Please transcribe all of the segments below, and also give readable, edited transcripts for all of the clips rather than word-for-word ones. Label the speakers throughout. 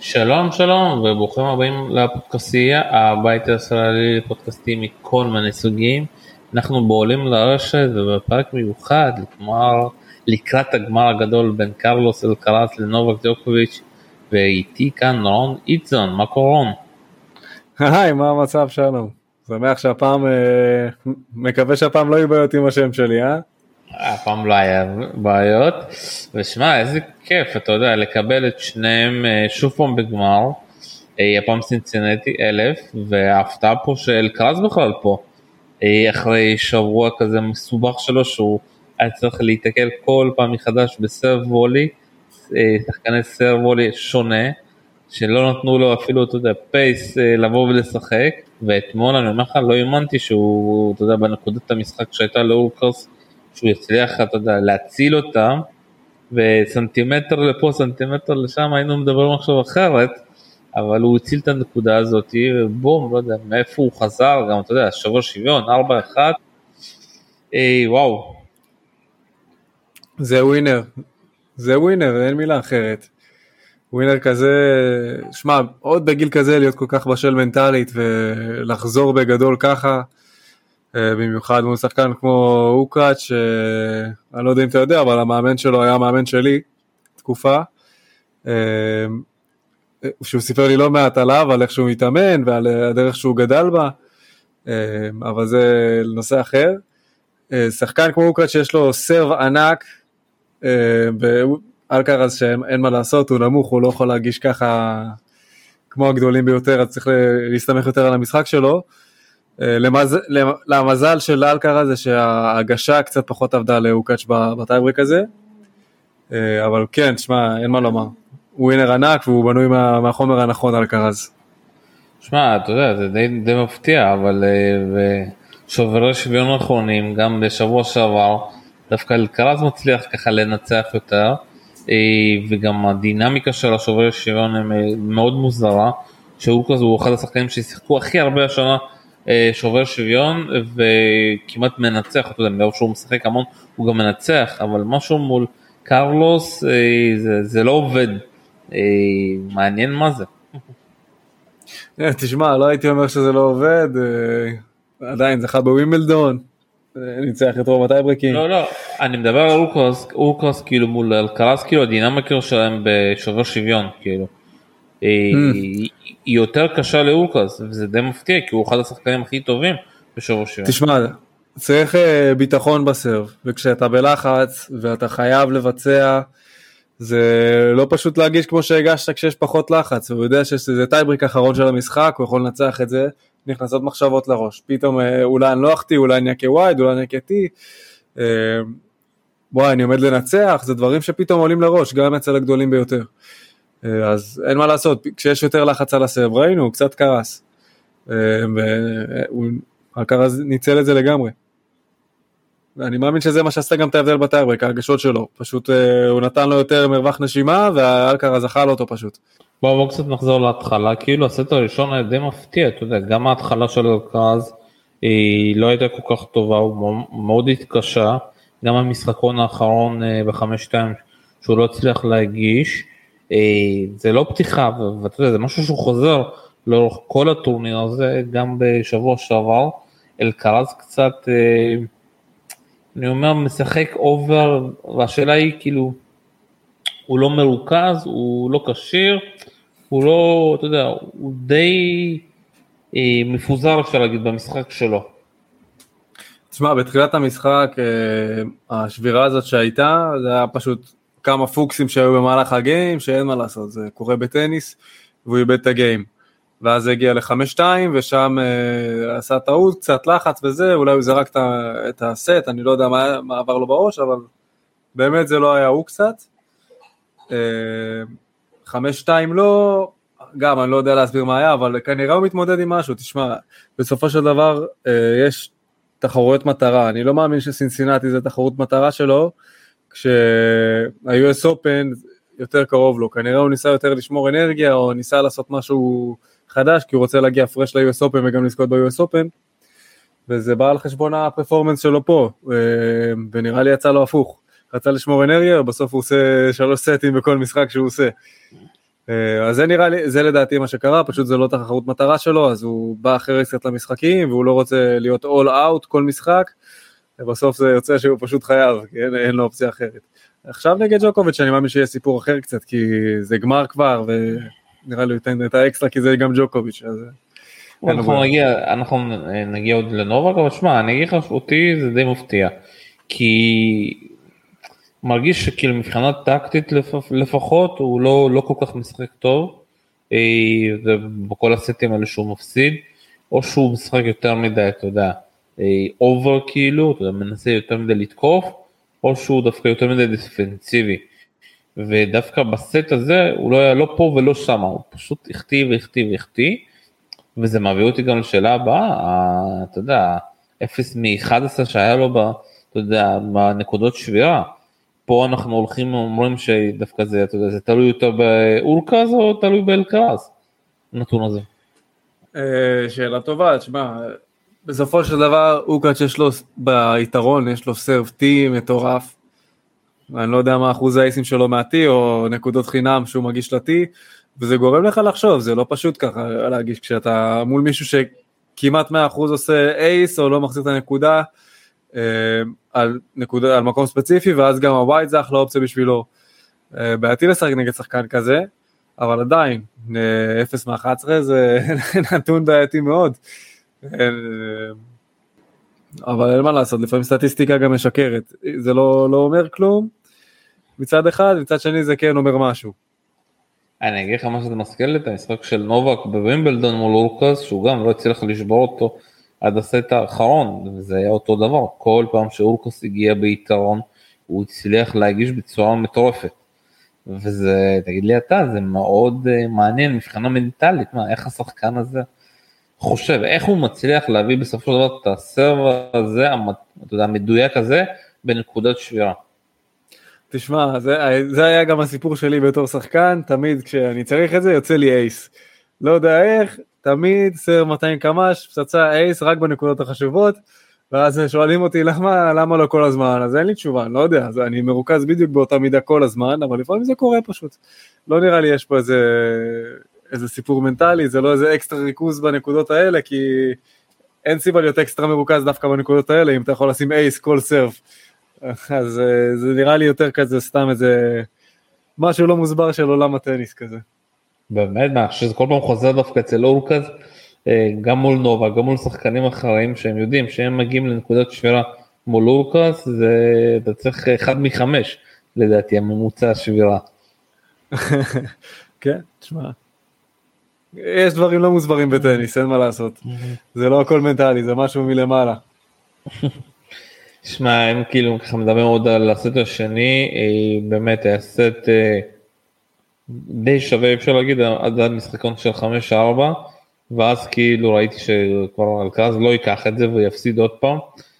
Speaker 1: שלום שלום וברוכים הבאים לפודקאסטייה, הבית הישראלי לפודקאסטים מכל מיני סוגים. אנחנו בעולים לרשת ובפרק מיוחד לקראת הגמר הגדול בין קרלוס אלקרז לנובק ג'וקוביץ', ואיתי כאן רון איצון. מה קורון?
Speaker 2: היי, מה המצב שלום? שמח שהפעם, מקווה שהפעם לא יהיו בעיות עם השם שלי,
Speaker 1: הפעם לא היה בעיות, ושמע איזה כיף, אתה יודע, לקבל את שניהם שוב פעם בגמר, הפעם סינצינטי 1000, וההפתעה פה שאלקרז בכלל פה, אחרי שבוע כזה מסובך שלו, שהוא היה צריך להתקל כל פעם מחדש בסרב וולי, שחקני סרב וולי שונה, שלא נתנו לו אפילו, אתה יודע, פייס לבוא ולשחק, ואתמול אני אומר לך, לא האמנתי שהוא, אתה יודע, בנקודת המשחק שהייתה לאולקרס, שהוא יצליח, אתה יודע, להציל אותם, וסנטימטר לפה, סנטימטר לשם, היינו מדברים עכשיו אחרת, אבל הוא הציל את הנקודה הזאת, ובום, לא יודע, מאיפה הוא חזר, גם, אתה יודע, שבוע שוויון, 4-1, וואו.
Speaker 2: זה ווינר, אין מילה אחרת. ווינר כזה, שמע, עוד בגיל כזה להיות כל כך בשל מנטלית, ולחזור בגדול ככה, במיוחד מול שחקן כמו אוקראץ', שאני לא יודע אם אתה יודע, אבל המאמן שלו היה המאמן שלי, תקופה, שהוא סיפר לי לא מעט עליו, על איך שהוא מתאמן, ועל הדרך שהוא גדל בה, אבל זה נושא אחר. שחקן כמו אוקראץ' שיש לו סרב ענק, אלקרז שאין מה לעשות, הוא נמוך, הוא לא יכול להגיש ככה, כמו הגדולים ביותר, אז צריך להסתמך יותר על המשחק שלו, למזל של אלקרז זה שההגשה קצת פחות עבדה לאוקראץ' בטייברק הזה, אבל כן, תשמע, אין מה לומר, הוא ווינר ענק והוא בנוי מהחומר הנכון אלקרז.
Speaker 1: תשמע, אתה יודע, זה די מפתיע, אבל שוברי שוויון האחרונים, גם בשבוע שעבר, דווקא אלקרז מצליח ככה לנצח יותר, וגם הדינמיקה של השוברי שוויון היא מאוד מוזרה, שאולקרז הוא אחד השחקנים ששיחקו הכי הרבה השנה, שובר שוויון וכמעט מנצח, אתה יודע, מרוב שהוא משחק המון הוא גם מנצח, אבל משהו מול קרלוס זה לא עובד, מעניין מה זה.
Speaker 2: תשמע, לא הייתי אומר שזה לא עובד, עדיין זכה בווימבלדון, ניצח את רוב הטייברקים.
Speaker 1: לא, אני מדבר על אולקרס כאילו מול אלקרז, כאילו הדינמיקה שלהם בשובר שוויון, כאילו היא יותר קשה לאולקרס, וזה די מפתיע, כי הוא אחד השחקנים הכי טובים בשבוע שוויון.
Speaker 2: תשמע, צריך ביטחון בסרב, וכשאתה בלחץ, ואתה חייב לבצע, זה לא פשוט להגיש כמו שהגשת כשיש פחות לחץ, הוא יודע שזה טייבריק האחרון של המשחק, הוא יכול לנצח את זה, נכנסות מחשבות לראש, פתאום אולי אני לא אחתי, אולי אני אקה ווייד, אולי אני אקה טי, וואי, אני עומד לנצח, זה דברים שפתאום עולים לראש, גם אצל הגדולים ביותר. אז אין מה לעשות, כשיש יותר לחץ על הסרב, ראינו, הוא קצת קרס, הקרס ניצל את זה לגמרי. אני מאמין שזה מה שעשתה גם את ההבדל בטייברק, ההרגשות שלו, פשוט הוא נתן לו יותר מרווח נשימה, והאלקרז זכה לו אותו פשוט.
Speaker 1: בואו קצת נחזור להתחלה, כאילו הסט הראשון היה די מפתיע, אתה יודע, גם ההתחלה של אלקרז היא לא הייתה כל כך טובה, הוא מאוד התקשה, גם המשחקון האחרון ב-5-2 שהוא לא הצליח להגיש, זה לא פתיחה, ואתה יודע, זה משהו שהוא חוזר לאורך כל הטורניר הזה, גם בשבוע שעבר, אלקרז קצת, אני אומר, משחק אובר, והשאלה היא כאילו, הוא לא מרוכז, הוא לא קשיר, הוא לא, אתה יודע, הוא די מפוזר, אפשר להגיד, במשחק שלו.
Speaker 2: תשמע, בתחילת המשחק, השבירה הזאת שהייתה, זה היה פשוט כמה פוקסים שהיו במהלך הגיים, שאין מה לעשות, זה קורה בטניס, והוא איבד את הגיים. ואז זה הגיע ל-5-2, ושם עשה טעות, קצת לחץ וזה, אולי הוא זרק את הסט, אני לא יודע מה עבר לו בראש, אבל באמת זה לא היה הוא קצת. 5-2 לא, גם אני לא יודע להסביר מה היה, אבל כנראה הוא מתמודד עם משהו, תשמע, בסופו של דבר יש תחרויות מטרה, אני לא מאמין שסינסינטי זה תחרות מטרה שלו, כשה-US Open יותר קרוב לו, כנראה הוא ניסה יותר לשמור אנרגיה, או ניסה לעשות משהו חדש, כי הוא רוצה להגיע פרש ל-US Open וגם לזכות ב-US Open, וזה בא על חשבון הפרפורמנס שלו פה, ונראה לי יצא לו הפוך, רצה לשמור אנרגיה, ובסוף הוא עושה 3 סטים בכל משחק שהוא עושה. אז זה נראה לי, זה לדעתי מה שקרה, פשוט זה לא תחרות מטרה שלו, אז הוא בא אחרי קצת למשחקים, והוא לא רוצה להיות all out כל משחק, ובסוף זה יוצא שהוא פשוט חייב, כי אין לו אופציה אחרת. עכשיו נגד ג'וקוביץ' אני מאמין שיהיה סיפור אחר קצת, כי זה גמר כבר, ונראה לי ייתן את האקסטרה, כי זה גם ג'וקוביץ', אז...
Speaker 1: אנחנו נגיע עוד לנובק, אבל שמע, אני אגיד לך שאותי זה די מפתיע, כי מרגיש שכאילו מבחינת טקטית לפחות, הוא לא כל כך משחק טוב, בכל הסטים האלה שהוא מפסיד, או שהוא משחק יותר מדי, אתה יודע, אובר כאילו, אתה יודע, מנסה יותר מדי לתקוף, או שהוא דווקא יותר מדי דיפנסיבי, ודווקא בסט הזה הוא לא היה לא פה ולא שם, הוא פשוט החטיא, וזה מביא אותי גם לשאלה הבאה, אתה יודע, 0 מ-11 שהיה לו, אתה יודע, בנקודות שבירה, פה אנחנו הולכים ואומרים שדווקא זה, אתה יודע, זה תלוי יותר באורקז או תלוי באלקרז, נתון הזה.
Speaker 2: שאלה טובה, תשמע, בסופו של דבר אורקז יש לו ביתרון, יש לו סרב טי מטורף, אני לא יודע מה אחוז האייסים שלו מהטי, או נקודות חינם שהוא מגיש לטי, וזה גורם לך לחשוב, זה לא פשוט ככה להגיש, כשאתה מול מישהו שכמעט 100% עושה אייס, או לא מחזיר את הנקודה, על מקום ספציפי, ואז גם הווייט זה אחלה אופציה בשבילו. בעייתי לשחק נגד שחקן כזה, אבל עדיין, 0 מ-11 זה נתון בעייתי מאוד. אבל אין מה לעשות, לפעמים סטטיסטיקה גם משקרת. זה לא אומר כלום, מצד אחד, מצד שני זה כן אומר משהו.
Speaker 1: אני אגיד לך מה שזה מזכיר לי, את המשחק של נובק בווימבלדון מול אורקז, שהוא גם לא הצליח לשבור אותו עד הסט האחרון, וזה היה אותו דבר, כל פעם שאורקוס הגיע ביתרון, הוא הצליח להגיש בצורה מטורפת, וזה, תגיד לי אתה, זה מאוד מעניין מבחינה מנטלית, איך השחקן הזה חושב, איך הוא מצליח להביא בסופו של דבר את הסרב הזה, אתה יודע, המדויק הזה, בנקודת שבירה.
Speaker 2: תשמע, זה היה גם הסיפור שלי בתור שחקן, תמיד כשאני צריך את זה, יוצא לי אייס. לא יודע איך, תמיד סר 200 קמ"ש, פצצה אייס רק בנקודות החשובות, ואז שואלים אותי למה לא כל הזמן, אז אין לי תשובה, אני לא יודע, אז אני מרוכז בדיוק באותה מידה כל הזמן, אבל לפעמים זה קורה פשוט. לא נראה לי יש פה איזה סיפור מנטלי, זה לא איזה אקסטרה ריכוז בנקודות האלה, כי אין סיבה להיות אקסטרה מרוכז דווקא בנקודות האלה, אם אתה יכול לשים אייס כל סרף. אז זה נראה לי יותר כזה, סתם איזה משהו לא מוסבר של עולם הטניס כזה.
Speaker 1: באמת, שזה כל פעם חוזר דווקא אצל אורקז, גם מול נובה, גם מול שחקנים אחרים שהם יודעים שהם מגיעים לנקודת שבירה מול אורקז, אתה צריך 1 מ-5 לדעתי, הממוצע השבירה.
Speaker 2: כן, תשמע. יש דברים לא מוסברים בטניס, אין מה לעשות. זה לא הכל מנטלי, זה משהו מלמעלה.
Speaker 1: שמע, הם כאילו ככה מדברים עוד על הסט השני, באמת היה סט די שווה, אפשר להגיד, עד המשחקון של 5-4, ואז כאילו ראיתי שכבר אלקרז לא ייקח את זה ויפסיד עוד פעם,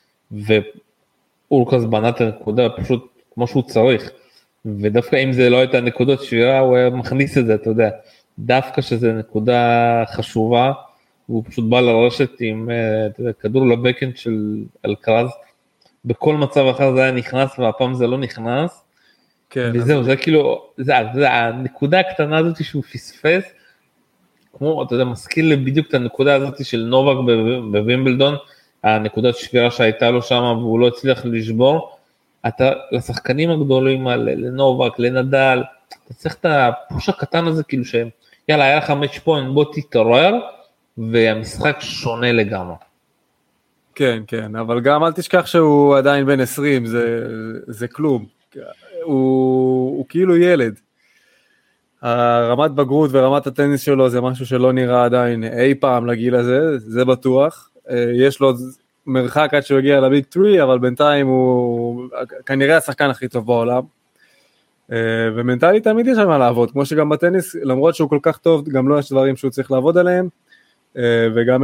Speaker 1: ואורקז בנה את הנקודה פשוט כמו שהוא צריך, ודווקא אם זה לא הייתה נקודות שבירה, הוא היה מכניס את זה, אתה יודע, דווקא שזה נקודה חשובה, והוא פשוט בא לרשת עם כדור לבקאנד של אלקרז, בכל מצב אחר זה היה נכנס, והפעם זה לא נכנס, כן, וזהו, זה כאילו, זה הנקודה הקטנה הזאת שהוא פספס, כמו, אתה יודע, מזכיר לי בדיוק את הנקודה הזאת של נובק בווימבלדון, הנקודת שבירה שהייתה לו שם, והוא לא הצליח לשבור, אתה, לשחקנים הגדולים, לנובק, לנדל, אתה צריך את הפוש הקטן הזה, כאילו שהם, יאללה, היה לך מאץ' פוינט, בוא תתעורר, והמשחק שונה לגמרי.
Speaker 2: כן, כן, אבל גם אל תשכח שהוא עדיין בן 20, זה כלום. הוא כאילו ילד. הרמת בגרות ורמת הטניס שלו זה משהו שלא נראה עדיין אי פעם לגיל הזה, זה בטוח. יש לו מרחק עד שהוא הגיע לביג 3, אבל בינתיים הוא כנראה השחקן הכי טוב בעולם. ומנטלית תמיד יש מה לעבוד, כמו שגם בטניס, למרות שהוא כל כך טוב, גם לא יש דברים שהוא צריך לעבוד עליהם, וגם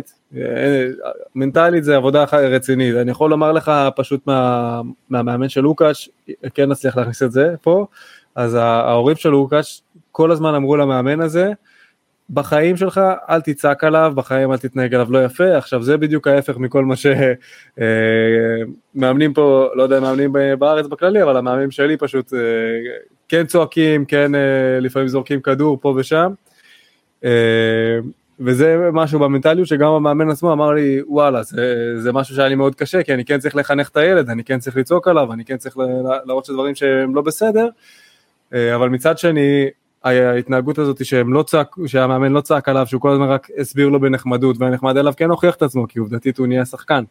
Speaker 2: מנטלית זה עבודה רצינית. אני יכול לומר לך פשוט מהמאמן של לוקאץ', כן נצליח להכניס את זה פה, אז ההורים של לוקאץ' כל הזמן אמרו למאמן הזה, בחיים שלך אל תצעק עליו, בחיים אל תתנהג עליו לא יפה. עכשיו זה בדיוק ההפך מכל מה שמאמנים פה, לא יודע מאמנים בארץ בכללי, אבל המאמנים שלי פשוט כן צועקים, כן לפעמים זורקים כדור פה ושם, וזה משהו במנטליות שגם המאמן עצמו אמר לי, וואלה, זה משהו שהיה לי מאוד קשה, כי אני כן צריך לחנך את הילד, אני כן צריך לצעוק עליו, אני כן צריך להראות שדברים שהם לא בסדר, אבל מצד שני, ההתנהגות הזאת שהמאמן לא צעק עליו, שהוא כל הזמן רק הסביר לו בנחמדות, והנחמד אליו כן הוכיח את עצמו, כי עובדתית הוא נהיה שחקן.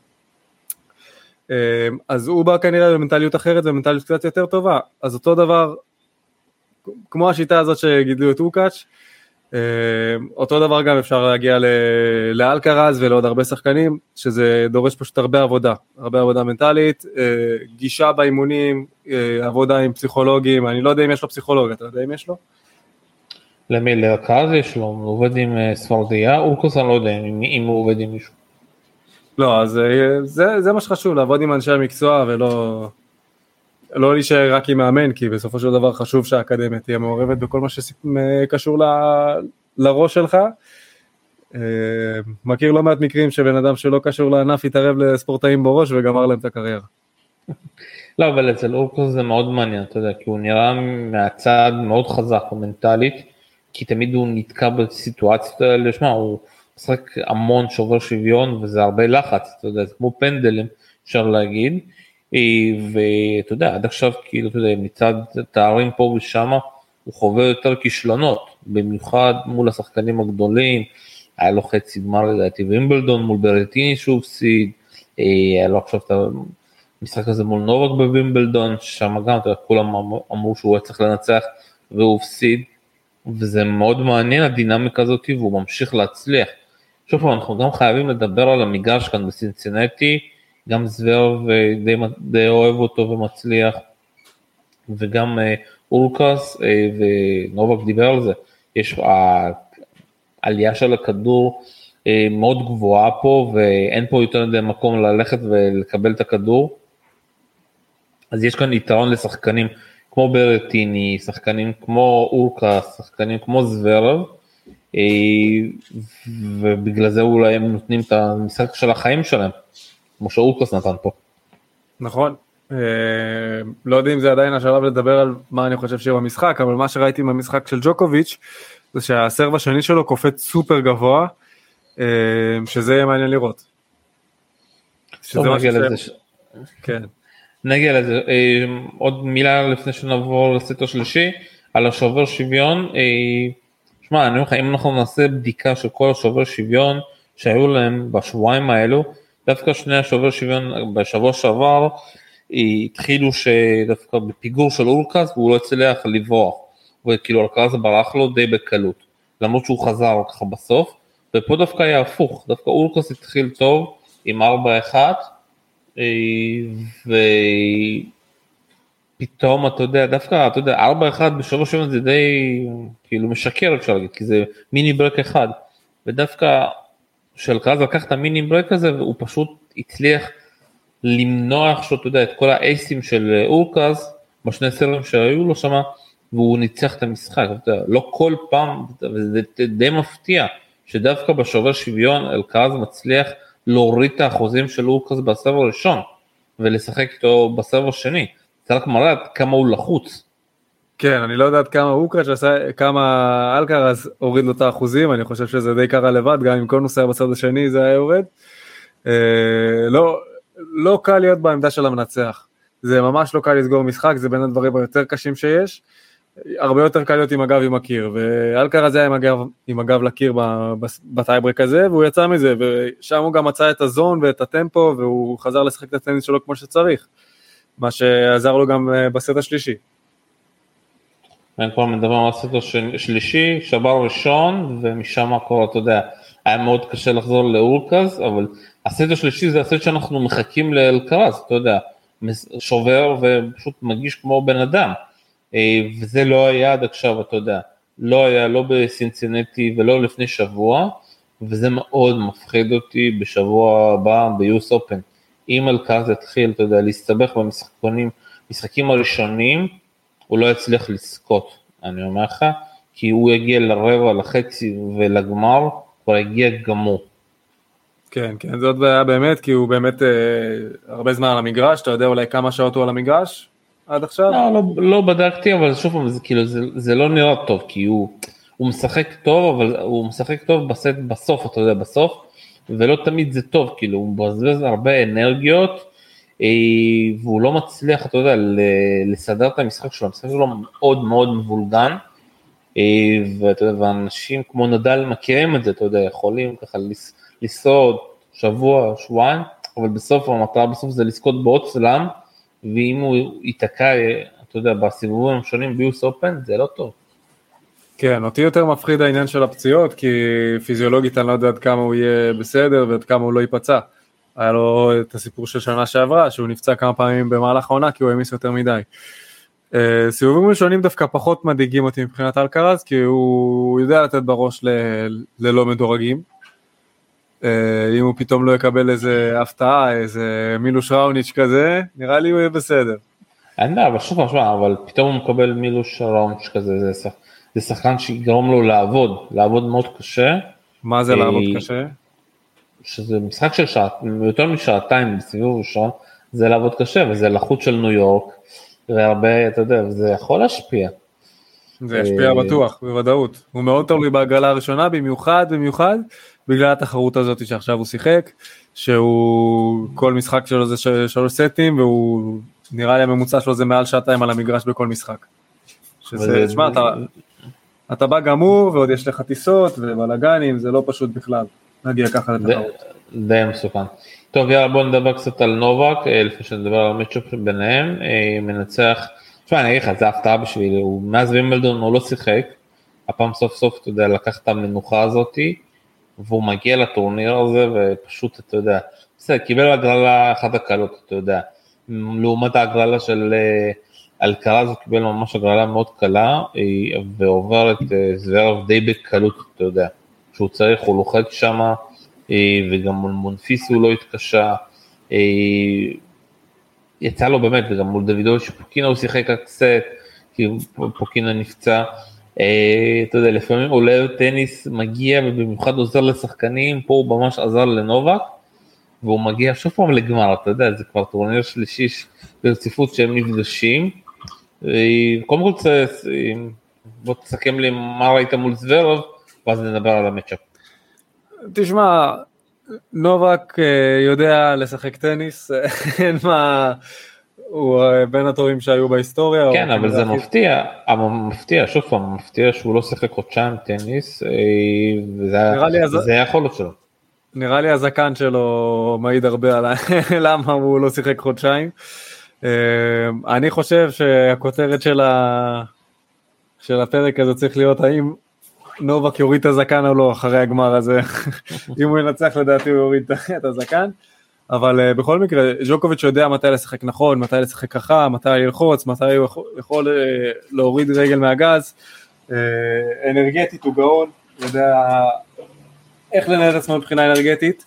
Speaker 2: אז הוא בא כנראה במנטליות אחרת, ומנטליות קצת יותר טובה, אז אותו דבר, כמו השיטה הזאת שגידלו את אוקאץ', אותו דבר גם אפשר להגיע לאלקרז ולעוד הרבה שחקנים, שזה דורש פשוט הרבה עבודה מנטלית, גישה באימונים, עבודה עם פסיכולוגים, אני לא יודע אם יש לו פסיכולוג, אתה יודע אם יש לו?
Speaker 1: למי? לאלקרז יש לו, הוא עובד עם ספרדיה, אורקוס אני לא יודע אם הוא עובד עם מישהו.
Speaker 2: לא, אז זה מה שחשוב, לעבוד עם אנשי המקצוע ולא להישאר רק עם מאמן, כי בסופו של דבר חשוב שהאקדמיה תהיה מעורבת בכל מה שקשור לראש שלך. מכיר לא מעט מקרים שבן אדם שלא קשור לענף יתערב לספורטאים בראש וגמר להם את הקריירה.
Speaker 1: לא, אבל אצל אורקוס זה מאוד מעניין, אתה יודע, כי הוא נראה מהצד מאוד חזק ומנטלית, כי תמיד הוא נתקע בסיטואציות האלה, שמה, הוא משחק המון שובר שוויון, וזה הרבה לחץ, אתה יודע, זה כמו פנדלים, אפשר להגיד, ואתה יודע, עד עכשיו, כאילו, אתה יודע, מצד תארים פה ושמה, הוא חווה יותר כישלונות, במיוחד מול השחקנים הגדולים, היה לו חצי גמר לדעתי וימבלדון, מול ברטיני שהוא הפסיד, היה לו עכשיו את המשחק הזה מול נובק בווימבלדון, שם גם, אתה יודע, כולם אמרו שהוא צריך לנצח, והוא הפסיד, וזה מאוד מעניין הדינמיקה הזאת, והוא ממשיך להצליח. שוב, אנחנו גם חייבים לדבר על המגרש כאן בסינסינטי, גם זוורב די אוהב אותו ומצליח, וגם אורקס ונובק דיבר על זה, יש העלייה של הכדור מאוד גבוהה פה, ואין פה יותר מדי מקום ללכת ולקבל את הכדור, אז יש כאן יתרון לשחקנים כמו ברטיני, שחקנים כמו אורקס, שחקנים כמו זוורב, ובגלל זה אולי הם נותנים את המשחק של החיים שלהם, כמו שאורקס נתן פה.
Speaker 2: נכון, לא יודע אם זה עדיין השלב לדבר על מה אני חושב שיהיה במשחק, אבל מה שראיתי במשחק של ג'וקוביץ' זה שהסרב השני שלו קופץ סופר גבוה, שזה יהיה מעניין לראות.
Speaker 1: טוב, נגיע לזה.
Speaker 2: כן.
Speaker 1: נגיע לזה. עוד מילה לפני שנעבור לסט השלישי, על השובר שוויון. שמע, אני אומר לך, אם אנחנו נעשה בדיקה של כל השובר שוויון שהיו להם בשבועיים האלו, דווקא שני השובר שוויון בשבוע שעבר, התחילו שדווקא בפיגור של אורקס, והוא לא הצליח לברוח, וכאילו אורקס ברח לו די בקלות, למרות שהוא חזר ככה בסוף, ופה דווקא היה הפוך, דווקא אורקס התחיל טוב עם 4-1, ופתאום אתה יודע, דווקא אתה יודע, 4-1 בשבוע שוויון זה די כאילו משקר אפשר להגיד, כי זה מיני ברק אחד, ודווקא שאלקרז לקח את המיני ברק הזה, והוא פשוט הצליח למנוע עכשיו, אתה יודע, את כל האייסים של אורקס, בשני סרבים שהיו לו שמה, והוא ניצח את המשחק, אתה יודע, לא כל פעם, וזה די מפתיע, שדווקא בשובר שוויון, אלקרז מצליח להוריד את האחוזים של אורקס בסרב הראשון, ולשחק איתו בסרב השני, זה רק מראה כמה הוא לחוץ.
Speaker 2: כן, אני לא יודעת כמה אוקראץ' עשה, כמה אלקרז הוריד לו את האחוזים, אני חושב שזה די קרה לבד, גם אם כל נוסע בצד השני זה היה יורד. לא קל להיות בעמדה של המנצח, זה ממש לא קל לסגור משחק, זה בין הדברים היותר קשים שיש, הרבה יותר קל להיות עם הגב עם הקיר, ואלקרז היה עם הגב לקיר בטייברק הזה, והוא יצא מזה, ושם הוא גם מצא את הזון ואת הטמפו, והוא חזר לשחק את הטניס שלו כמו שצריך, מה שעזר לו גם בסט השלישי.
Speaker 1: אני כבר מדבר על הסט השלישי, שבר ראשון, ומשם הכל, אתה יודע, היה מאוד קשה לחזור לאורקס, אבל הסט השלישי זה הסט שאנחנו מחכים לאלקרז, אתה יודע, שובר ופשוט מגיש כמו בן אדם, וזה לא היה עד עכשיו, אתה יודע, לא היה לא בסינסינטי ולא לפני שבוע, וזה מאוד מפחיד אותי בשבוע הבא ביוס אופן, אם אלקרז יתחיל, אתה יודע, להסתבך במשחקים הראשונים, הוא לא יצליח לזכות, אני אומר לך, כי הוא יגיע לרבע, לחצי ולגמר, כבר יגיע גמור.
Speaker 2: כן, כן, זאת בעיה באמת, כי הוא באמת הרבה זמן על המגרש, אתה יודע אולי כמה שעות הוא על המגרש? עד עכשיו?
Speaker 1: לא בדקתי, אבל שוב פעם, זה לא נראה טוב, כי הוא משחק טוב, אבל הוא משחק טוב בסוף, אתה יודע, בסוף, ולא תמיד זה טוב, כאילו, הוא מבזבז הרבה אנרגיות, והוא לא מצליח, אתה יודע, לסדר את המשחק שלו, המשחק שלו מאוד מאוד מבולגן, ואתה יודע, ואנשים כמו נדל מכירים את זה, אתה יודע, יכולים ככה לשרוד שבוע, שבועיים, אבל בסוף המטרה בסוף זה לזכות בעוד סלאם, ואם הוא ייתקע, אתה יודע, בסיבובים השונים ביוס אופן, זה לא טוב.
Speaker 2: כן, אותי יותר מפחיד העניין של הפציעות, כי פיזיולוגית אני לא יודע עד כמה הוא יהיה בסדר, ועד כמה הוא לא ייפצע. היה לו את הסיפור של שנה שעברה, שהוא נפצע כמה פעמים במהלך העונה, כי הוא העמיס יותר מדי. סיבובים ראשונים דווקא פחות מדאיגים אותי מבחינת אלקרז, כי הוא יודע לתת בראש ללא מדורגים. אם הוא פתאום לא יקבל איזה הפתעה, איזה מילוש ראוניץ' כזה, נראה לי הוא יהיה בסדר.
Speaker 1: אין יודע, אבל שוב, אבל פתאום הוא מקבל מילוש ראוניץ' כזה, זה שחקן שיגרום לו לעבוד מאוד קשה.
Speaker 2: מה זה לעבוד קשה?
Speaker 1: שזה משחק של יותר משעתיים בסיבוב ראשון, זה לעבוד קשה, וזה לחוץ של ניו יורק, והרבה, אתה יודע, זה יכול להשפיע.
Speaker 2: זה ישפיע בטוח, בוודאות. הוא מאוד תלוי בהגרלה הראשונה, במיוחד, בגלל התחרות הזאת שעכשיו הוא שיחק, שהוא, כל משחק שלו זה 3 סטים, והוא, נראה לי הממוצע שלו זה מעל שעתיים על המגרש בכל משחק. שזה, תשמע, אתה בא גמור, ועוד יש לך טיסות ובלגנים, זה לא פשוט בכלל, נגיע ככה לתחרות.
Speaker 1: די מסוכן. טוב, יאללה, בוא נדבר קצת על נובק, לפני שנדבר על המצ'אפ ביניהם, מנצח, תשמע, אני אגיד לך, זה הפתעה בשבילי, מאז וימבלדון הוא לא שיחק, הפעם סוף סוף, אתה יודע, לקח את המנוחה הזאת, והוא מגיע לטורניר הזה, ופשוט, אתה יודע, בסדר, קיבל הגרלה אחת הקלות, אתה יודע, לעומת ההגרלה של אלקרז, הוא קיבל ממש הגרלה מאוד קלה, ועובר את זוורב די בקלות, אתה יודע, שהוא צריך, הוא לוחץ שם, וגם מול מונפיס הוא לא התקשה, יצא לו באמת, וגם מול דוידוביץ' פוקינה הוא שיחק קצת, כי פוקינה נפצע, אתה יודע, לפעמים עולה טניס מגיע, ובמיוחד עוזר לשחקנים, פה הוא ממש עזר לנובק, והוא מגיע שוב פעם לגמר, אתה יודע, זה כבר טורניר שלישי ברציפות שהם נפגשים, קודם כל בוא תסכם לי מה ראית מול זוורב, ואז נדבר על המצ'אפ.
Speaker 2: תשמע, נובק יודע לשחק טניס, אין מה, הוא בין הטובים שהיו בהיסטוריה.
Speaker 1: כן, אבל זה מפתיע, שוב פעם, מפתיע שהוא לא שחק חודשיים טניס, וזה יכול להיות שלו.
Speaker 2: נראה לי הזקן שלו מעיד הרבה על למה הוא לא שיחק חודשיים. אני חושב שהכותרת של הפרק הזה צריך להיות האם נובק יוריד את הזקן או לא אחרי הגמר הזה, אם הוא ינצח לדעתי הוא יוריד את הזקן, אבל בכל מקרה ג'וקוביץ' יודע מתי לשחק נכון, מתי לשחק חכם, מתי ללחוץ, מתי הוא יכול להוריד רגל מהגז, אנרגטית הוא גאון, יודע איך לנהל את עצמו מבחינה אנרגטית,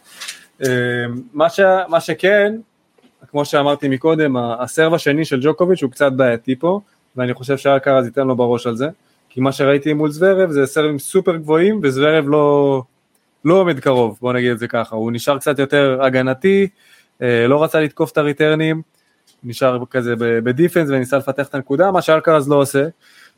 Speaker 2: מה שכן, כמו שאמרתי מקודם, הסרב השני של ג'וקוביץ' הוא קצת בעייתי פה, ואני חושב שאלקרז ייתן לו בראש על זה, כי מה שראיתי מול זוורב זה סרבים סופר גבוהים, וזוורב לא עומד קרוב, בוא נגיד את זה ככה, הוא נשאר קצת יותר הגנתי, לא רצה לתקוף את הריטרנים, נשאר כזה בדיפנס וניסה לפתח את הנקודה, מה שאלקרז לא עושה,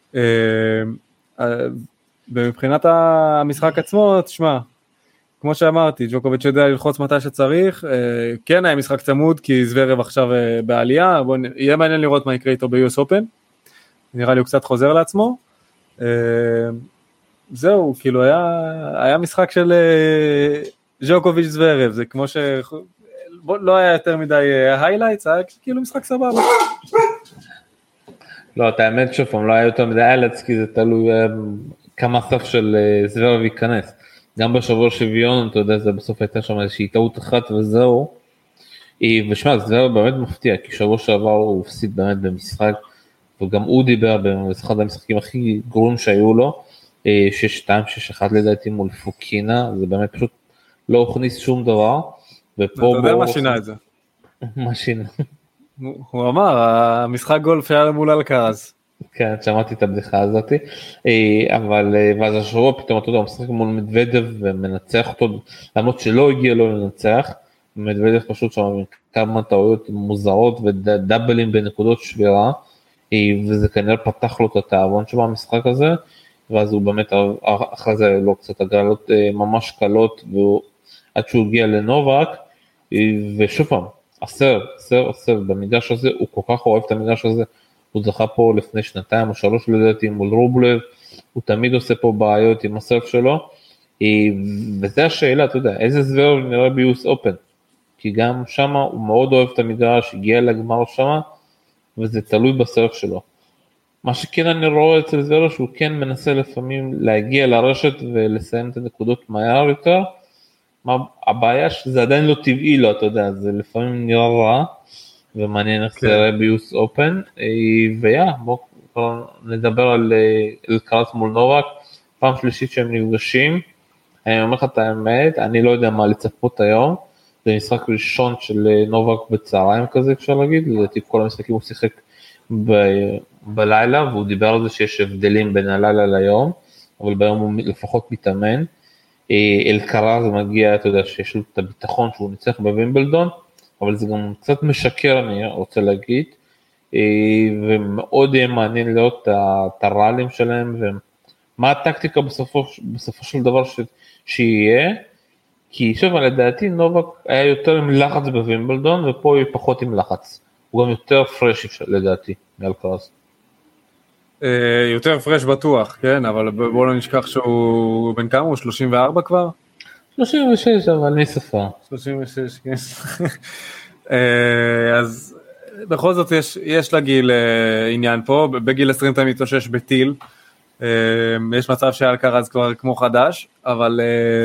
Speaker 2: ומבחינת המשחק עצמו, תשמע, כמו שאמרתי, ג'וקוביץ' יודע ללחוץ מתי שצריך, כן היה משחק צמוד, כי זוורב עכשיו בעלייה, יהיה מעניין לראות מה יקרה איתו ב-US Open, נראה לי הוא קצת חוזר לעצמו, זהו, כאילו היה משחק של ג'וקוביץ' זוורב, זה כמו לא היה יותר מדי היילייטס, היה כאילו משחק סבבה.
Speaker 1: לא, את האמת שופם, לא היה יותר מדי היילייטס, כי זה תלוי כמה סף של זוורב ייכנס. גם בשבוע שוויון, אתה יודע, זה בסוף הייתה שם איזושהי טעות אחת וזהו. ושמע, זוורב באמת מפתיע, כי שבוע שעבר הוא הפסיד באמת במשחק, וגם הוא דיבר באחד המשחקים הכי גרועים שהיו לו, 6-2, 6-1 לדעתי מול פוקינה, זה באמת פשוט לא הכניס שום דבר.
Speaker 2: אתה יודע מה שינה את זה?
Speaker 1: מה שינה?
Speaker 2: הוא אמר, המשחק גולף שהיה מול אלקרז.
Speaker 1: כן, שמעתי את הבדיחה הזאת, אבל ואז השבוע פתאום, אתה יודע, הוא משחק מול מדוודב ומנצח אותו, למרות שלא הגיע לו לנצח, מדוודף פשוט שם כמה טעויות מוזרות ודאבלים בנקודות שבירה, וזה כנראה פתח לו את התאבון שבו המשחק הזה, ואז הוא באמת אחרי זה לא קצת הגרלות ממש קלות, עד שהוא הגיע לנובק, ושוב פעם, הסרב במגרש הזה, הוא כל כך אוהב את המגרש הזה, הוא זכה פה לפני 2 או 3 לדעתי מול רובלב, הוא תמיד עושה פה בעיות עם הסרב שלו, וזה השאלה, אתה יודע, איזה זוורב נראה ביוס אופן, כי גם שם הוא מאוד אוהב את המגרש, הגיע לגמר שם, וזה תלוי בסרב שלו. מה שכן אני רואה אצל זוורב, שהוא כן מנסה לפעמים להגיע לרשת ולסיים את הנקודות מהר יותר, הבעיה שזה עדיין לא טבעי לו, אתה יודע, זה לפעמים נראה רע, ומעניין איך זה יראה ביוס אופן, בואו נדבר על אלקרז מול נובק, פעם שלישית שהם נפגשים, אני אומר לך את האמת, אני לא יודע מה לצפות היום, זה משחק ראשון של נובק בצהריים כזה, אפשר להגיד, לדעתי כל המשחקים הוא שיחק בלילה, והוא דיבר על זה שיש הבדלים בין הלילה ליום, אבל ביום הוא לפחות מתאמן, אלקרז מגיע, אתה יודע, שיש לו את הביטחון שהוא ניצח בווימבלדון, אבל זה גם קצת משקר, אני רוצה להגיד, ומאוד מעניין לראות את הרלים שלהם, ומה הטקטיקה בסופו של דבר שיהיה, כי שוב, לדעתי נובק היה יותר עם לחץ בווימבלדון, ופה הוא פחות עם לחץ, הוא גם יותר פרש לדעתי, מאלקרז.
Speaker 2: יותר פרש בטוח, כן, אבל בואו לא נשכח שהוא בן כמה, הוא 34 כבר?
Speaker 1: 36, אבל מי ספר.
Speaker 2: 36, כן. אז בכל זאת יש לגיל עניין פה, בגיל 20 אתה מתאושש בטיל, יש מצב שאלקרז כבר כמו חדש, אבל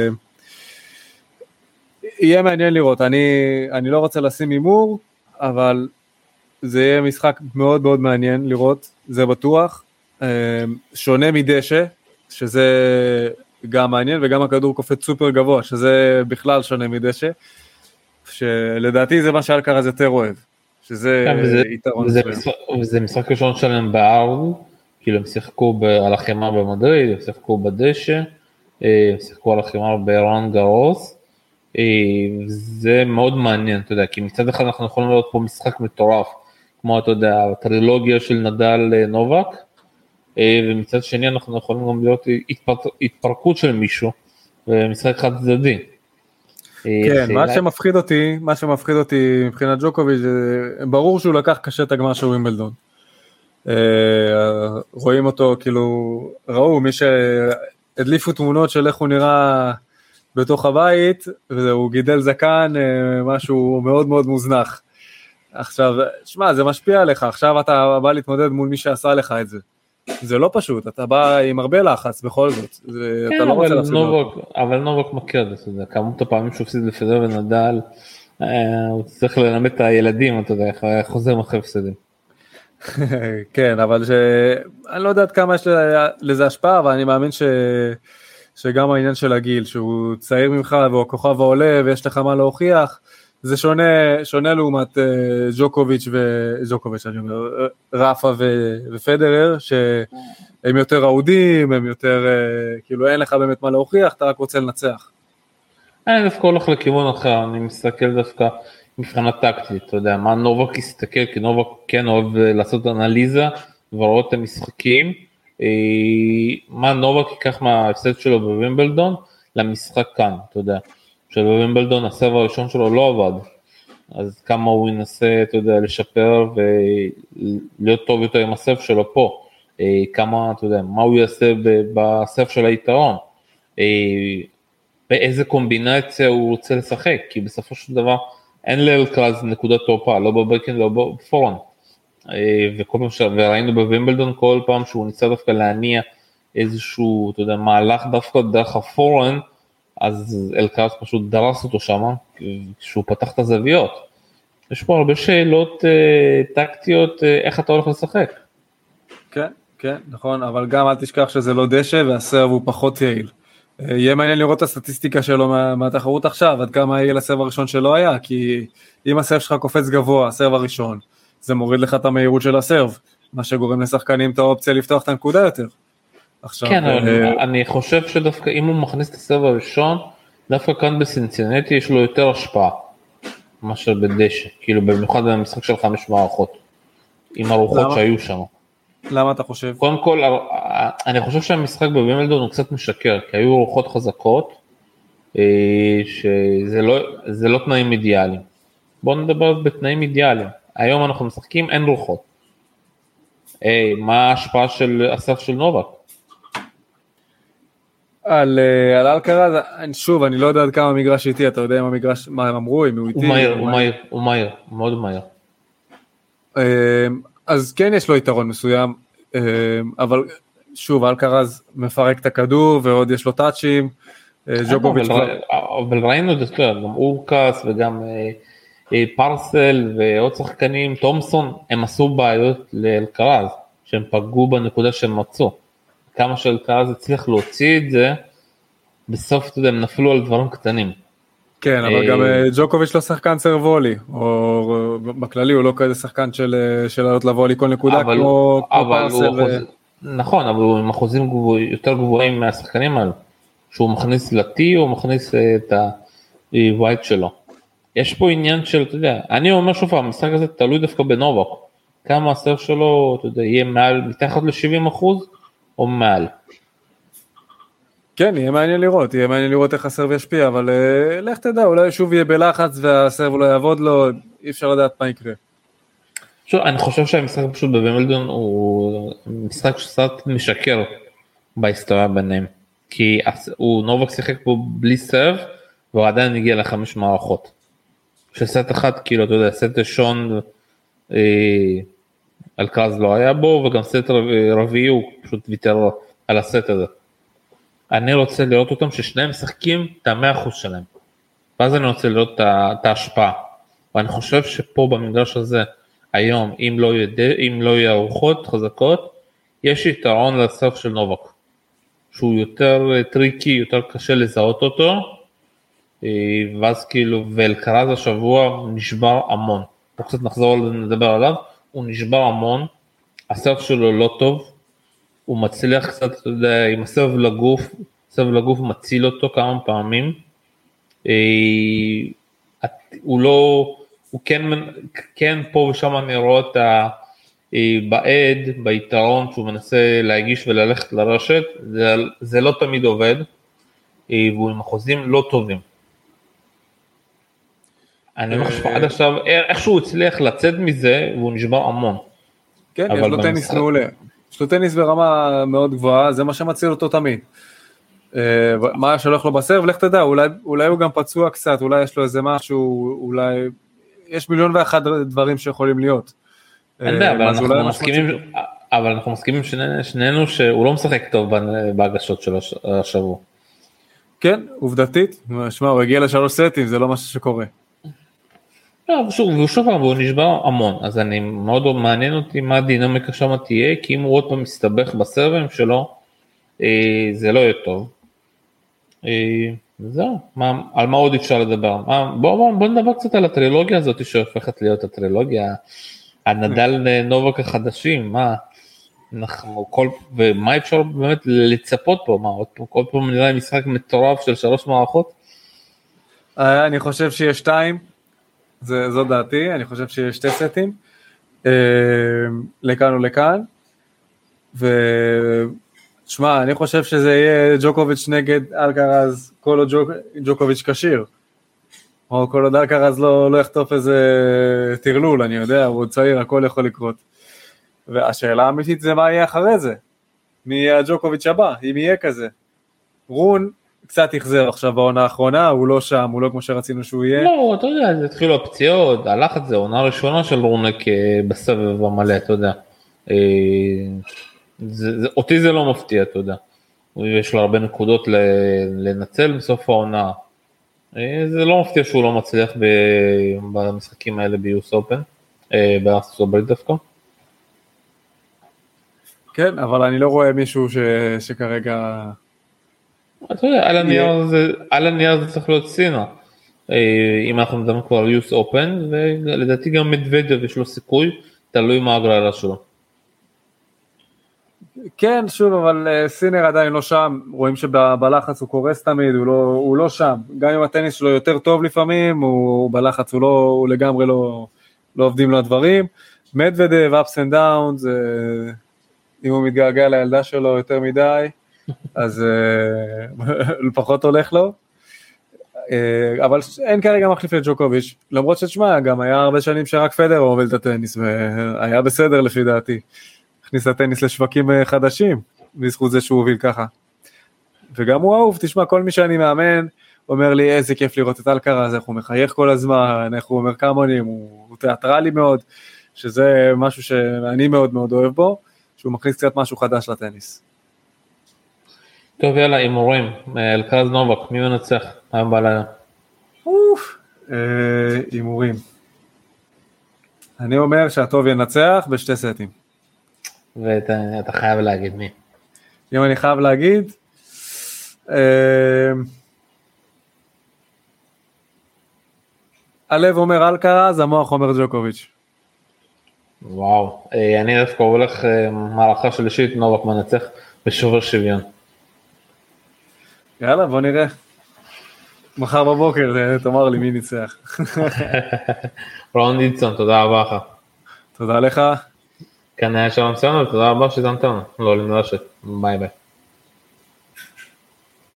Speaker 2: יהיה מעניין לראות, אני לא רוצה לשים הימור, אבל זה יהיה משחק מאוד מאוד מעניין לראות, זה בטוח, שונה מדשא, שזה גם מעניין, וגם הכדור קופץ סופר גבוה, שזה בכלל שונה מדשא, שלדעתי זה מה שאלקרז יותר אוהב, שזה יתרון.
Speaker 1: וזה משחק ראשון שלהם בארל, כאילו הם שיחקו על החמר במדריד, הם שיחקו בדשא, הם שיחקו על החמר באירן גרוס, זה מאוד מעניין, אתה יודע, כי מצד אחד אנחנו יכולים לראות פה משחק מטורף, כמו אתה יודע, הטרילוגיה של נדל נובק, ומצד שני אנחנו יכולים גם לראות התפרקות של מישהו, ומשחק חד צדדי.
Speaker 2: כן, מה שמפחיד אותי מבחינת ג'וקוביץ', ברור שהוא לקח קשה את הגמר של ווימבלדון. רואים אותו, כאילו, ראו, מי שהדליפו תמונות של איך הוא נראה בתוך הבית, והוא גידל זקן, משהו מאוד מאוד מוזנח. עכשיו, שמע, זה משפיע עליך, עכשיו אתה בא להתמודד מול מי שעשה לך את זה. זה לא פשוט, אתה בא עם הרבה לחץ בכל זאת,
Speaker 1: כן, אתה לא רוצה להפסיד אותו. אבל נובק מכיר, אתה יודע, כמות הפעמים שהוא הפסיד לפדר ונדל, הוא צריך ללמד את הילדים, אתה יודע, חוזר אחרי הפסדים.
Speaker 2: כן, אבל אני לא יודעת כמה יש לזה השפעה, אבל אני מאמין שגם העניין של הגיל, שהוא צעיר ממך והוא הכוכב העולה ויש לך מה להוכיח, זה שונה לעומת ג'וקוביץ' אני אומר, רפה ופדרר, שהם יותר אהודים, הם יותר, כאילו אין לך באמת מה להוכיח, אתה רק רוצה לנצח.
Speaker 1: אני דווקא הולך לכיוון אחר, אני מסתכל דווקא מבחינה טקטית, אתה יודע, מה נובק יסתכל, כי נובק כן אוהב לעשות אנליזה, ורואות את המשחקים, מה נובק ייקח מההפסד שלו בווימבלדון, למשחק כאן, אתה יודע. שבווימבלדון הסבב הראשון שלו לא עבד, אז כמה הוא ינסה, אתה יודע, לשפר ולהיות טוב יותר עם הסבב שלו פה, כמה, אתה יודע, מה הוא יעשה בסבב של היתרון, באיזה קומבינציה הוא רוצה לשחק, כי בסופו של דבר אין לאלקרז נקודת תורפה, לא בבקן, לא בפורן, וראינו בווימבלדון כל פעם שהוא ניסה דווקא להניע איזשהו, אתה יודע, מהלך דווקא דרך הפורן, אז אלקרז פשוט דרס אותו שם, כשהוא פתח את הזוויות. יש פה הרבה שאלות טקטיות, איך אתה הולך לשחק.
Speaker 2: כן, כן, נכון, אבל גם אל תשכח שזה לא דשא, והסרב הוא פחות יעיל. יהיה מעניין לראות את הסטטיסטיקה שלו מהתחרות עכשיו, עד כמה יהיה לסרב הראשון שלו היה, כי אם הסרב שלך קופץ גבוה, הסרב הראשון, זה מוריד לך את המהירות של הסרב, מה שגורם לשחקנים את האופציה לפתוח את הנקודה יותר.
Speaker 1: כן, אני חושב שדווקא אם הוא מכניס את הסרב הראשון, דווקא כאן בסינסינטי יש לו יותר השפעה. מאשר בדשא, כאילו במיוחד במשחק של 5 מערכות, עם הרוחות שהיו שם.
Speaker 2: למה אתה חושב?
Speaker 1: קודם כל, אני חושב שהמשחק בווימבלדון הוא קצת משקר, כי היו רוחות חזקות, שזה לא תנאים אידיאליים. בואו נדבר בתנאים אידיאליים. היום אנחנו משחקים, אין רוחות. מה ההשפעה של הסף של נובק?
Speaker 2: על אלקרז, שוב, אני לא יודע עד כמה המגרש איתי, אתה יודע אם המגרש, מה הם אמרו, אם הוא איתי?
Speaker 1: הוא מהיר, מאוד מהיר.
Speaker 2: אז כן יש לו יתרון מסוים, אבל שוב, אלקרז מפרק את הכדור, ועוד יש לו טאצ'ים, ג'וקוביץ'
Speaker 1: אבל ראינו את זה, גם אורקס וגם פרסל ועוד שחקנים, תומסון, הם עשו בעיות לאלקרז, שהם פגעו בנקודה שהם מצאו. כמה שאלקרז הצליח להוציא את זה, בסוף אתה יודע, הם נפלו על דברים קטנים.
Speaker 2: כן, אבל גם ג'וקוביץ' לא שחקן סרבולי, או בכללי הוא לא כזה שחקן של לעלות לוולי כל נקודה, כמו פרסל.
Speaker 1: נכון, אבל הוא עם אחוזים יותר גבוהים מהשחקנים האלו, שהוא מכניס לטי, הוא מכניס את הווייט שלו. יש פה עניין של, אתה יודע, אני אומר שוב, המשחק הזה תלוי דווקא בנובק, כמה הסרף שלו, אתה יודע, יהיה מעל, מתחת ל-70% או מעל.
Speaker 2: כן, יהיה מעניין לראות איך הסרב ישפיע, אבל לך תדע, אולי שוב יהיה בלחץ והסרב לא יעבוד לו, אי אפשר לדעת מה יקרה.
Speaker 1: אני חושב שהמשחק פשוט בווימבלדון הוא משחק שקצת משקר בהיסטוריה ביניהם, כי נובק שיחק פה בלי סרב, והוא עדיין הגיע ל5 מערכות. שסט אחד, כאילו, אתה יודע, סט ראשון, אלקרז לא היה בו, וגם סט רביעי הוא פשוט ויתר על הסט הזה. אני רוצה לראות אותם ששניהם משחקים את ה100% שלהם, ואז אני רוצה לראות את ההשפעה, ואני חושב שפה במגרש הזה, היום, אם לא יהיה ארוחות חזקות, יש יתרון לסרף של נובק, שהוא יותר טריקי, יותר קשה לזהות אותו, ואז כאילו, ואלקרז השבוע נשבר המון, פה קצת נחזור לדבר עליו, הוא נשבר המון, הסרף שלו לא טוב, הוא מצליח קצת, אתה יודע, עם הסרב לגוף מציל אותו כמה פעמים, הוא כן פה ושם אני רואה את בעד, ביתרון שהוא מנסה להגיש וללכת לרשת, זה לא תמיד עובד, והוא עם אחוזים לא טובים. אני אומר שעד עכשיו, איכשהו הוא הצליח לצאת מזה, והוא נשבר המון.
Speaker 2: כן, יש לו טניס מעולה. יש לו טניס ברמה מאוד גבוהה, זה מה שמציל אותו תמיד. מה שהולך לו בסרב, לך תדע, אולי הוא גם פצוע קצת, אולי יש לו איזה משהו, אולי, יש 1,000,001 דברים שיכולים להיות.
Speaker 1: אין בעיה, אבל אנחנו מסכימים שנינו שהוא לא משחק טוב בהגשות של השבוע.
Speaker 2: כן, עובדתית, שמע, הוא הגיע ל3 סטים, זה לא משהו שקורה.
Speaker 1: והוא שוב, והוא נשבר המון, אז אני מאוד מעניין אותי מה הדינמיקה שם תהיה, כי אם הוא עוד פעם מסתבך בסרבים שלו, זה לא יהיה טוב. זהו, על מה עוד אפשר לדבר? בוא נדבר קצת על הטרילוגיה הזאת שהופכת להיות הטרילוגיה, הנדל נובק החדשים, ומה אפשר באמת לצפות פה, עוד פעם נראה משחק מטורף של 3 מערכות?
Speaker 2: אני חושב שיש 2, זו דעתי, אני חושב שיש 2 סטים, לכאן ולכאן, ושמע, אני חושב שזה יהיה ג'וקוביץ' נגד אלקרז, כל עוד ג'וקוביץ' כשיר, או כל עוד אלקרז לא יחטוף איזה תרלול, אני יודע, הוא צעיר, הכל יכול לקרות, והשאלה האמיתית זה מה יהיה אחרי זה, מי יהיה הג'וקוביץ' הבא, אם יהיה כזה, רון, קצת יחזר עכשיו בעונה האחרונה, הוא לא שם, הוא לא כמו שרצינו שהוא יהיה.
Speaker 1: לא, אתה יודע, זה התחילו הפציעות, הלחץ זה עונה ראשונה של רונק בסבב המלא, אתה יודע. אותי זה לא מפתיע, אתה יודע. יש לו הרבה נקודות לנצל בסוף העונה. זה לא מפתיע שהוא לא מצליח במשחקים האלה ביוס אופן, בארצות הברית דווקא.
Speaker 2: כן, אבל אני לא רואה מישהו שכרגע...
Speaker 1: אתה יודע, על הנייר זה צריך להיות סינה, אם אנחנו מדברים כבר על יוס אופן, ולדעתי גם מדוודב יש לו סיכוי, תלוי מה הגרלה שלו.
Speaker 2: כן, שוב, אבל סינר עדיין לא שם, רואים שבלחץ הוא קורס תמיד, הוא לא שם, גם אם הטניס שלו יותר טוב לפעמים, הוא בלחץ, הוא לגמרי לא עובדים לו הדברים, מדוודב, ups and downs, אם הוא מתגעגע לילדה שלו יותר מדי, אז לפחות הולך לו, אבל אין כרגע מחליף לג'וקוביץ', למרות שתשמע, גם היה הרבה שנים שרק פדר הוביל את הטניס, והיה בסדר לפי דעתי. הכניס הטניס לשווקים חדשים, בזכות זה שהוא הוביל ככה. וגם הוא אהוב, תשמע, כל מי שאני מאמן, אומר לי, איזה כיף לראות את אלקרז, איך הוא מחייך כל הזמן, איך הוא אומר כמונים, הוא תיאטרלי מאוד, שזה משהו שאני מאוד מאוד אוהב בו, שהוא מכניס קצת משהו חדש לטניס.
Speaker 1: טוב, יאללה, הימורים, אלקרז נובק, מי מנצח? היום בלילה.
Speaker 2: הימורים. אני אומר שהטוב ינצח בשתי סטים.
Speaker 1: ואתה חייב להגיד מי.
Speaker 2: אם אני חייב להגיד, הלב אומר אלקרז, המוח אומר ג'וקוביץ'.
Speaker 1: וואו, אני דווקא הולך מערכה שלישית, נובק מנצח בשובר שוויון.
Speaker 2: יאללה, בוא נראה. מחר בבוקר תאמר לי מי ניצח.
Speaker 1: רון דידסון, תודה רבה לך.
Speaker 2: תודה לך.
Speaker 1: כאן היה שלום סנוב, תודה רבה שזמתם, לא למדרשת, ביי ביי.